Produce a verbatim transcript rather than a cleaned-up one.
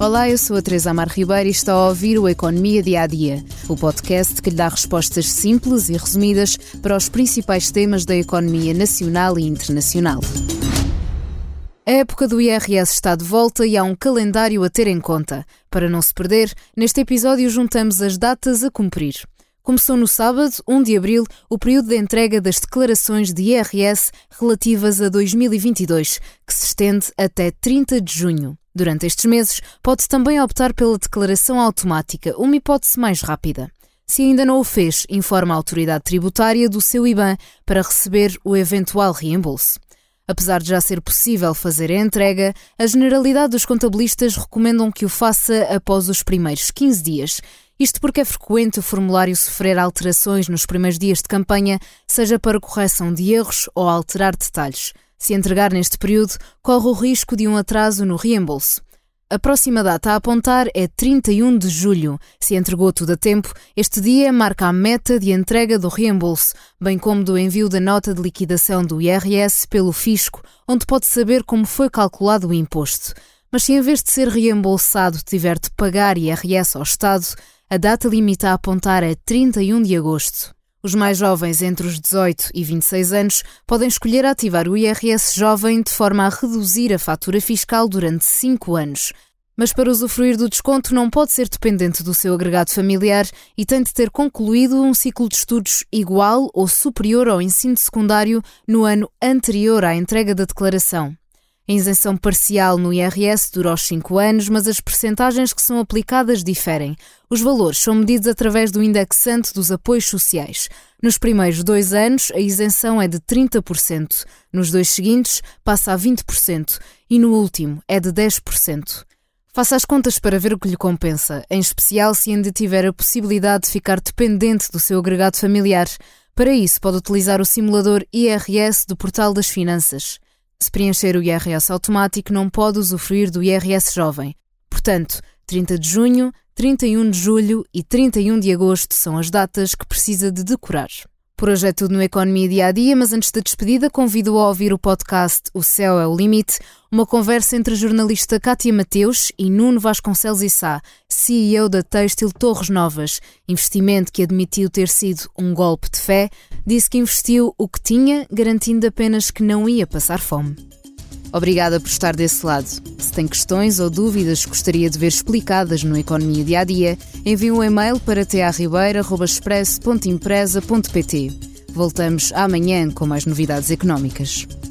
Olá, eu sou a Teresa Amar Ribeiro e está a ouvir o Economia Dia a Dia, o podcast que lhe dá respostas simples e resumidas para os principais temas da economia nacional e internacional. A época do I R S está de volta e há um calendário a ter em conta. Para não se perder, neste episódio juntamos as datas a cumprir. Começou no sábado, primeiro de abril, o período de entrega das declarações de I R S relativas a dois mil e vinte e dois, que se estende até trinta de junho. Durante estes meses, pode também optar pela declaração automática, uma hipótese mais rápida. Se ainda não o fez, informa a autoridade tributária do seu I B A N para receber o eventual reembolso. Apesar de já ser possível fazer a entrega, a generalidade dos contabilistas recomendam que o faça após os primeiros quinze dias. Isto porque é frequente o formulário sofrer alterações nos primeiros dias de campanha, seja para correção de erros ou alterar detalhes. Se entregar neste período, corre o risco de um atraso no reembolso. A próxima data a apontar é trinta e um de julho. Se entregou tudo a tempo, este dia marca a meta de entrega do reembolso, bem como do envio da nota de liquidação do I R S pelo fisco, onde pode saber como foi calculado o imposto. Mas se em vez de ser reembolsado tiver de pagar I R S ao Estado, a data limite a apontar é trinta e um de agosto. Os mais jovens entre os dezoito e vinte e seis anos podem escolher ativar o I R S jovem de forma a reduzir a fatura fiscal durante cinco anos. Mas para usufruir do desconto não pode ser dependente do seu agregado familiar e tem de ter concluído um ciclo de estudos igual ou superior ao ensino secundário no ano anterior à entrega da declaração. A isenção parcial no I R S dura os cinco anos, mas as percentagens que são aplicadas diferem. Os valores são medidos através do indexante dos apoios sociais. Nos primeiros dois anos, a isenção é de trinta por cento. Nos dois seguintes, passa a vinte por cento. E no último, é de dez por cento. Faça as contas para ver o que lhe compensa, em especial se ainda tiver a possibilidade de ficar dependente do seu agregado familiar. Para isso, pode utilizar o simulador I R S do Portal das Finanças. Se preencher o I R S automático, não pode usufruir do I R S jovem. Portanto, trinta de junho, trinta e um de julho e trinta e um de agosto são as datas que precisa de decorar. Por hoje é tudo no Economia Dia a Dia, mas antes da despedida convido-o a ouvir o podcast O Céu é o Limite, uma conversa entre a jornalista Cátia Mateus e Nuno Vasconcelos Issá, C E O da Têxtil Torres Novas, investimento que admitiu ter sido um golpe de fé, disse que investiu o que tinha, garantindo apenas que não ia passar fome. Obrigada por estar desse lado. Se tem questões ou dúvidas que gostaria de ver explicadas no Economia Dia a Dia, envie um e-mail para t a ribeiro arroba expresso ponto empresa ponto p t. Voltamos amanhã com mais novidades económicas.